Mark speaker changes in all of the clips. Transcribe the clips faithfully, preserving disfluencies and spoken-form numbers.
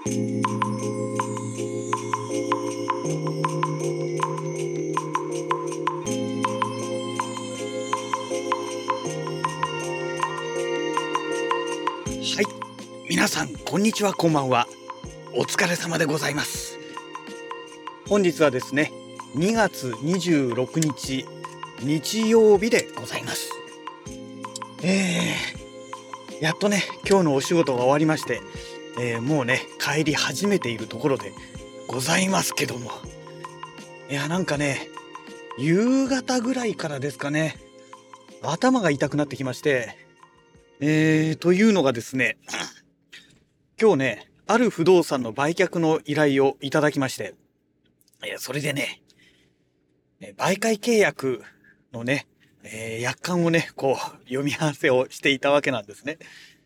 Speaker 1: はい、皆さんこんにちは、こんばんは。お疲れ様でございます。本日はですね、にがつにじゅうろくにち日曜日でございます。えー、やっとね今日のお仕事が終わりまして、えー、もうね帰り始めているところでございますけども、いやなんかね夕方ぐらいからですかね、頭が痛くなってきまして、えー、というのがですね、今日ねある不動産の売却の依頼をいただきまして、いやそれでね媒介契約のね、えー、約款をねこう読み合わせをしていたわけなんですね。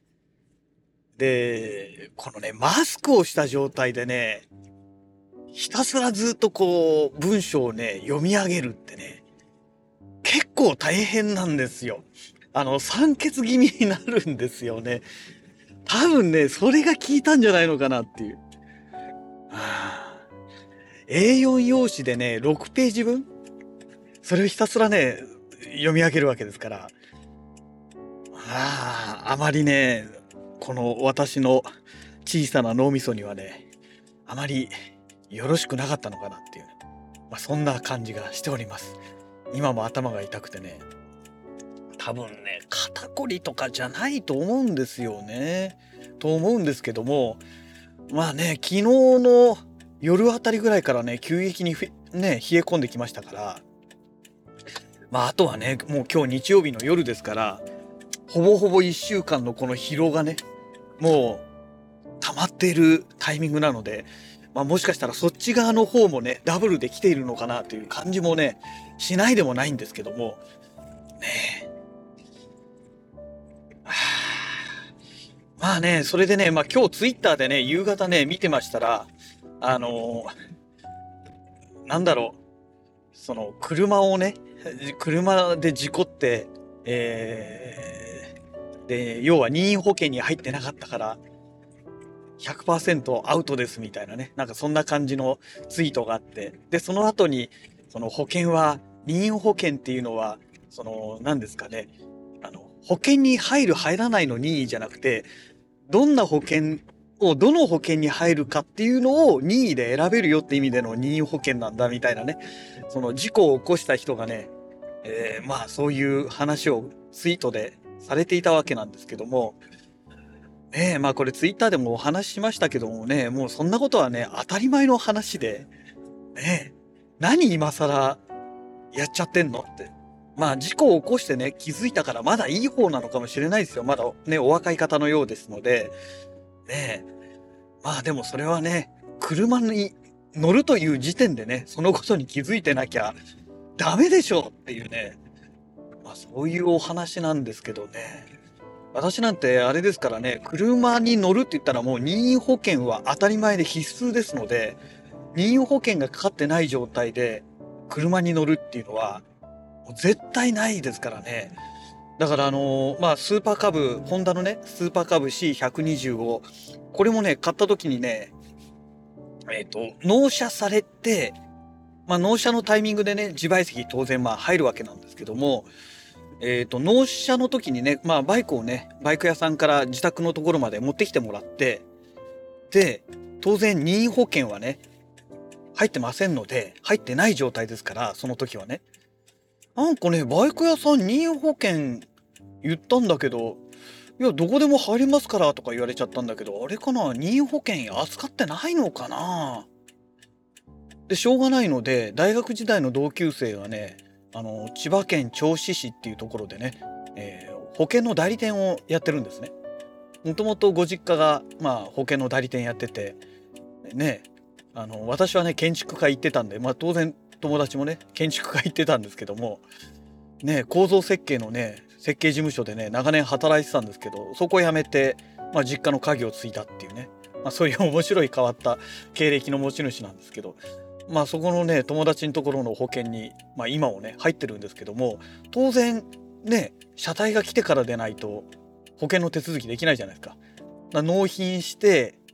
Speaker 1: でこのねマスクをした状態でねひたすらずっとこう文章をね読み上げるってね結構大変なんですよ。あの酸欠気味になるんですよね。多分ねそれが効いたんじゃないのかなっていう。はあ、エーよん 用紙でねろくページぶん、それをひたすらね読み上げるわけですから、あああまりねこの私の小さな脳みそにはねあまりよろしくなかったのかなっていう、まあ、そんな感じがしております。今も頭が痛くてね、多分ね肩こりとかじゃないと思うんですよね。と思うんですけども、まあね昨日の夜あたりぐらいからね急激にふね冷え込んできましたから、まああとはねもう今日日曜日の夜ですから、ほぼほぼいっしゅうかんのこの疲労がねもう溜まっているタイミングなので、まあ、もしかしたらそっち側の方もねダブルで来ているのかなという感じもねしないでもないんですけどもね。はあ、まあねそれでね、まあ、今日ツイッターでね夕方ね見てましたら、あのー、なんだろう、その車をね車で事故って、えー、で要は任意保険に入ってなかったからひゃくパーセント アウトですみたいなね、なんかそんな感じのツイートがあって、でその後にその保険は任意保険っていうのはその何ですかね、あの保険に入る入らないの任意じゃなくて、どんな保険をどの保険に入るかっていうのを任意で選べるよって意味での任意保険なんだみたいなね、その事故を起こした人がね、えー、まあそういう話をツイートでされていたわけなんですけども、ねえ、まあこれツイッターでもお話ししましたけどもね、もうそんなことはね当たり前の話で、ねえ、何今更やっちゃってんのって。まあ事故を起こしてね気づいたからまだいい方なのかもしれないですよ。まだねお若い方のようですのでね。えまあでもそれはね車に乗るという時点でねそのことに気づいてなきゃダメでしょうっていうね、まあそういうお話なんですけどね。私なんてあれですからね、車に乗るって言ったらもう任意保険は当たり前で必須ですので、任意保険がかかってない状態で車に乗るっていうのはもう絶対ないですからね。だからあのーまあスーパーカブ、ホンダのねスーパーカブ シーひゃくにじゅうご、これもね買った時にね、えっと納車されて、まあ納車のタイミングでね自賠責当然まあ入るわけなんですけども、えーと、納車の時にね、まあ、バイクをね、バイク屋さんから自宅のところまで持ってきてもらって、で、当然任意保険はね、入ってませんので、入ってない状態ですから、その時はね。なんかね、バイク屋さん任意保険言ったんだけど、いや、どこでも入りますからとか言われちゃったんだけど、あれかな、任意保険扱ってないのかな。で、しょうがないので、大学時代の同級生がね、あの千葉県銚子市っていうところでね、えー保険の代理店をやってるんですね。もともとご実家が、まあ、保険の代理店やっててね、あの私はね建築家行ってたんで、まあ、当然友達もね建築家行ってたんですけどもね、構造設計のね設計事務所でね長年働いてたんですけど、そこを辞めて、まあ、実家の家業を継いだっていうね、まあ、そういう面白い変わった経歴の持ち主なんですけど、まあそこのね友達のところの保険に、まあ、今もね入ってるんですけども、当然ね車体が来てからでないと保険の手続きできないじゃないですか。だから納品して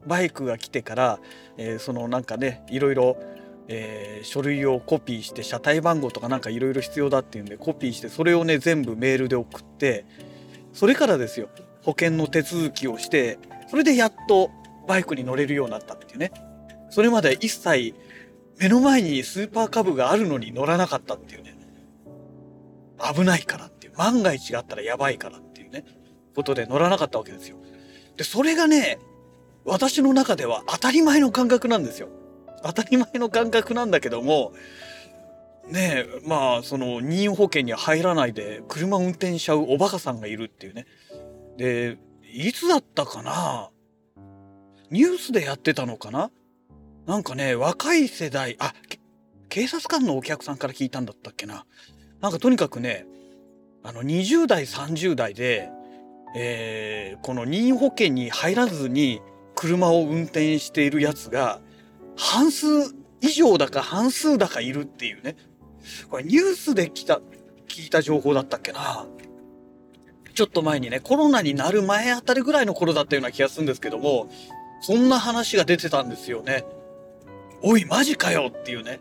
Speaker 1: バイクが来てから、えーそのなんかねいろいろ、えー書類をコピーして車体番号とかなんかいろいろ必要だっていうんでコピーしてそれをね全部メールで送って、それからですよ保険の手続きをして、それでやっとバイクに乗れるようになったっていうね。それまで一切目の前にスーパーカブがあるのに乗らなかったっていうね。危ないからっていう、万が一があったらやばいからっていうねことで乗らなかったわけですよ。でそれがね私の中では当たり前の感覚なんですよ。当たり前の感覚なんだけどもねえ、まあその任意保険に入らないで車運転しちゃうおバカさんがいるっていうね。でいつだったかな、ニュースでやってたのかな、なんかね若い世代、あけ警察官のお客さんから聞いたんだったっけな、なんかとにかくねあのにじゅう代さんじゅう代で、えーこの任意保険に入らずに車を運転しているやつが半数以上だか半数だかいるっていうね。これニュースで来た聞いた情報だったっけな。ちょっと前にねコロナになる前あたりぐらいの頃だったような気がするんですけども、そんな話が出てたんですよね。おいマジかよっていうね。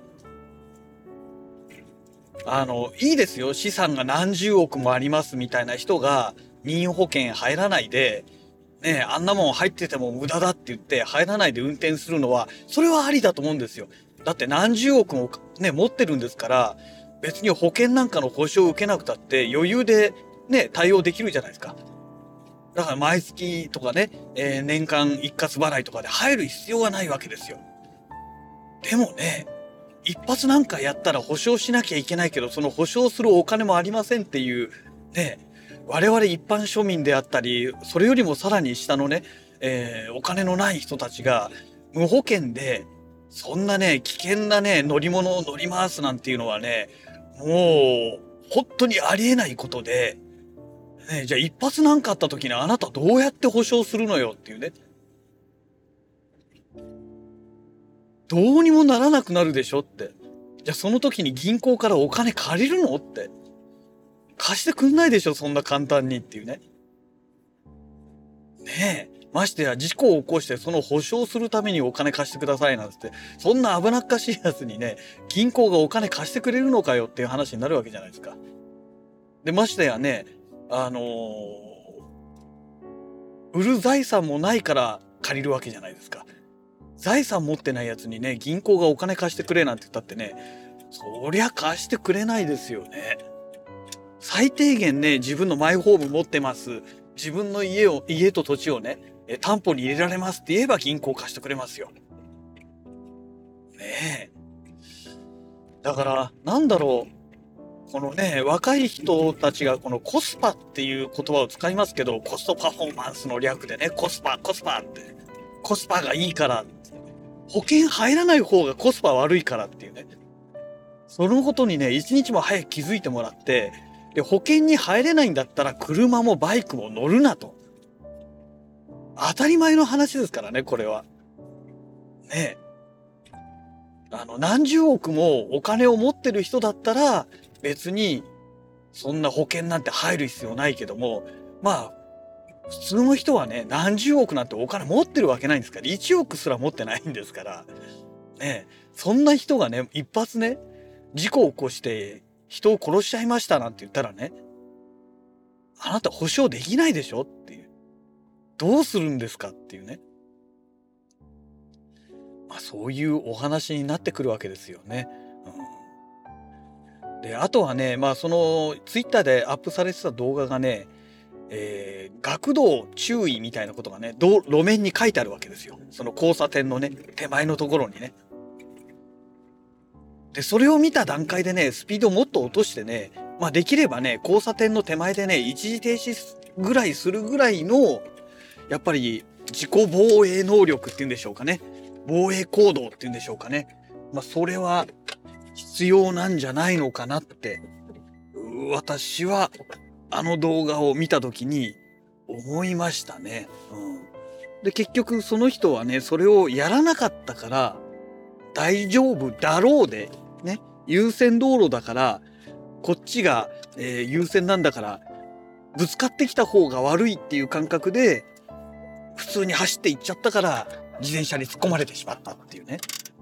Speaker 1: あのいいですよ、資産が何十億もありますみたいな人が任意保険入らないでねえ、あんなもん入ってても無駄だって言って入らないで運転するのはそれはありだと思うんですよ。だって何十億もね持ってるんですから、別に保険なんかの保証を受けなくたって余裕でね対応できるじゃないですか。だから毎月とかね、えー年間一括払いとかで入る必要はないわけですよ。でもね、一発なんかやったら保証しなきゃいけないけど、その保証するお金もありませんっていうね、我々一般庶民であったり、それよりもさらに下のね、えーお金のない人たちが無保険でそんなね危険なね乗り物を乗り回すなんていうのはね、もう本当にありえないことで、ね、じゃあ一発なんかあった時にあなたどうやって保証するのよっていうね。どうにもならなくなるでしょって。じゃあその時に銀行からお金借りるのって。貸してくんないでしょそんな簡単にっていうね。ねえ。ましてや事故を起こしてその保証するためにお金貸してくださいなんつって、そんな危なっかしいやつにね、銀行がお金貸してくれるのかよっていう話になるわけじゃないですか。で、ましてやね、あのー売る財産もないから借りるわけじゃないですか。財産持ってないやつにね、銀行がお金貸してくれなんて言ったってね、そりゃ貸してくれないですよね。最低限ね、自分のマイホーム持ってます。自分の家を、家と土地をね、え担保に入れられますって言えば銀行貸してくれますよ。ねえ。だから、なんだろう。このね、若い人たちがこのコスパっていう言葉を使いますけど、コストパフォーマンスの略でね、コスパ、コスパって。コスパがいいから。保険入らない方がコスパ悪いからっていうね。そのことにね、一日も早く気づいてもらって、で、保険に入れないんだったら車もバイクも乗るなと。当たり前の話ですからね、これは。ねえ。あの、何十億もお金を持ってる人だったら、別に、そんな保険なんて入る必要ないけども、まあ、普通の人はね、何十億なんてお金持ってるわけないんですから、いちおくすら持ってないんですから、ねえ、そんな人がね、一発ね、事故を起こして人を殺しちゃいましたなんて言ったらね、あなた保証できないでしょっていう。どうするんですかっていうね。まあそういうお話になってくるわけですよね。うん、で、あとはね、まあそのツイッターでアップされてた動画がね、えー学童注意みたいなことがね、道路面に書いてあるわけですよ。その交差点のね、手前のところにね。で、それを見た段階でね、スピードをもっと落としてね、まあできればね、交差点の手前でね、一時停止ぐらいするぐらいの、やっぱり自己防衛能力っていうんでしょうかね。防衛行動っていうんでしょうかね。まあそれは必要なんじゃないのかなって、私はあの動画を見た時に思いましたね。うん、で、結局その人はね、それをやらなかったから、大丈夫だろうで、ね、優先道路だから、こっちが、えー優先なんだから、ぶつかってきた方が悪いっていう感覚で、普通に走っていっちゃったから、 自転車に突っ込まれてしまったっていうね。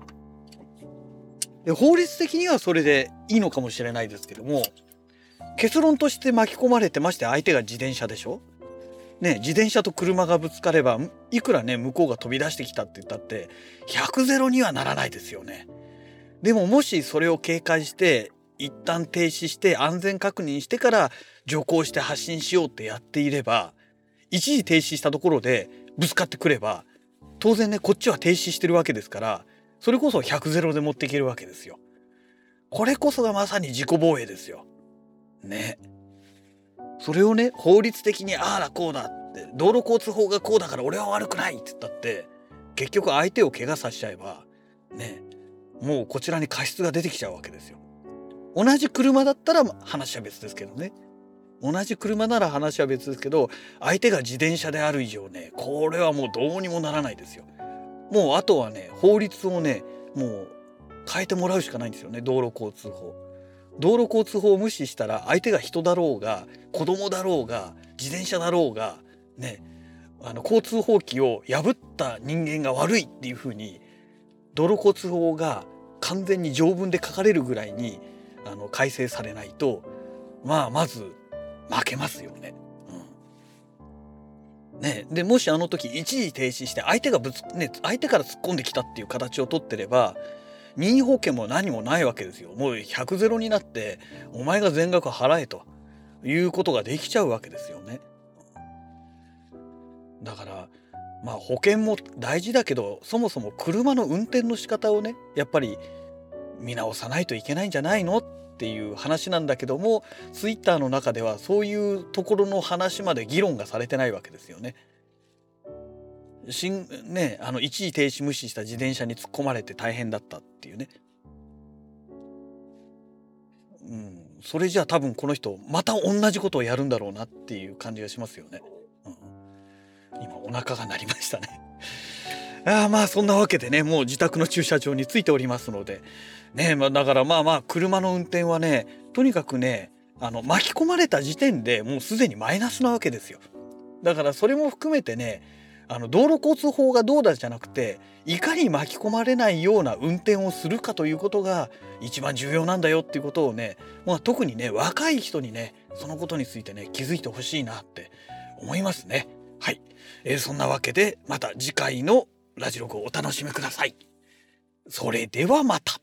Speaker 1: で、法律的にはそれでいいのかもしれないですけども、結論として巻き込まれてまして相手が自転車でしょ。ね、自転車と車がぶつかればいくらね向こうが飛び出してきたって言ったってひゃくゼロにはならないですよね。でももしそれを警戒して一旦停止して安全確認してから徐行して発進しようってやっていれば、一時停止したところでぶつかってくれば当然ねこっちは停止してるわけですから、それこそひゃくゼロで持っていけるわけですよ。これこそがまさに自己防衛ですよ。ね。それをね法律的にああだこうだって道路交通法がこうだから俺は悪くないって言ったって結局相手を怪我させちゃえばね、もうこちらに過失が出てきちゃうわけですよ。同じ車だったら話は別ですけどね。同じ車なら話は別ですけど、相手が自転車である以上ね、これはもうどうにもならないですよ。もうあとはね法律をねもう変えてもらうしかないんですよね。道路交通法道路交通法を無視したら相手が人だろうが子供だろうが自転車だろうがね、あの交通法規を破った人間が悪いっていう風に道路交通法が完全に条文で書かれるぐらいにあの改正されないと、まあまず負けますよね。うん、ねでもしあの時一時停止して相手がぶつ、ね、相手から突っ込んできたっていう形をとってれば任意保険も何もないわけですよ。もうひゃくゼロになってお前が全額払えということができちゃうわけですよね。だからまあ保険も大事だけど、そもそも車の運転の仕方をねやっぱり見直さないといけないんじゃないのっていう話なんだけども、ツイッターの中ではそういうところの話まで議論がされてないわけですよね。しんねあの一時停止無視した自転車に突っ込まれて大変だったっていうね。うん、それじゃあ多分この人また同じことをやるんだろうなっていう感じがしますよね。うん、今お腹が鳴りましたね。あまあそんなわけでねもう自宅の駐車場についておりますのでね、まあ、だからまあまあ車の運転はねとにかくねあの巻き込まれた時点でもうすでにマイナスなわけですよ。だからそれも含めてねあの道路交通法がどうだじゃなくていかに巻き込まれないような運転をするかということが一番重要なんだよっていうことをね、まあ、特にね若い人にねそのことについてね気づいてほしいなって思いますね。はい、えー、そんなわけでまた次回のラジログをお楽しみください。それではまた。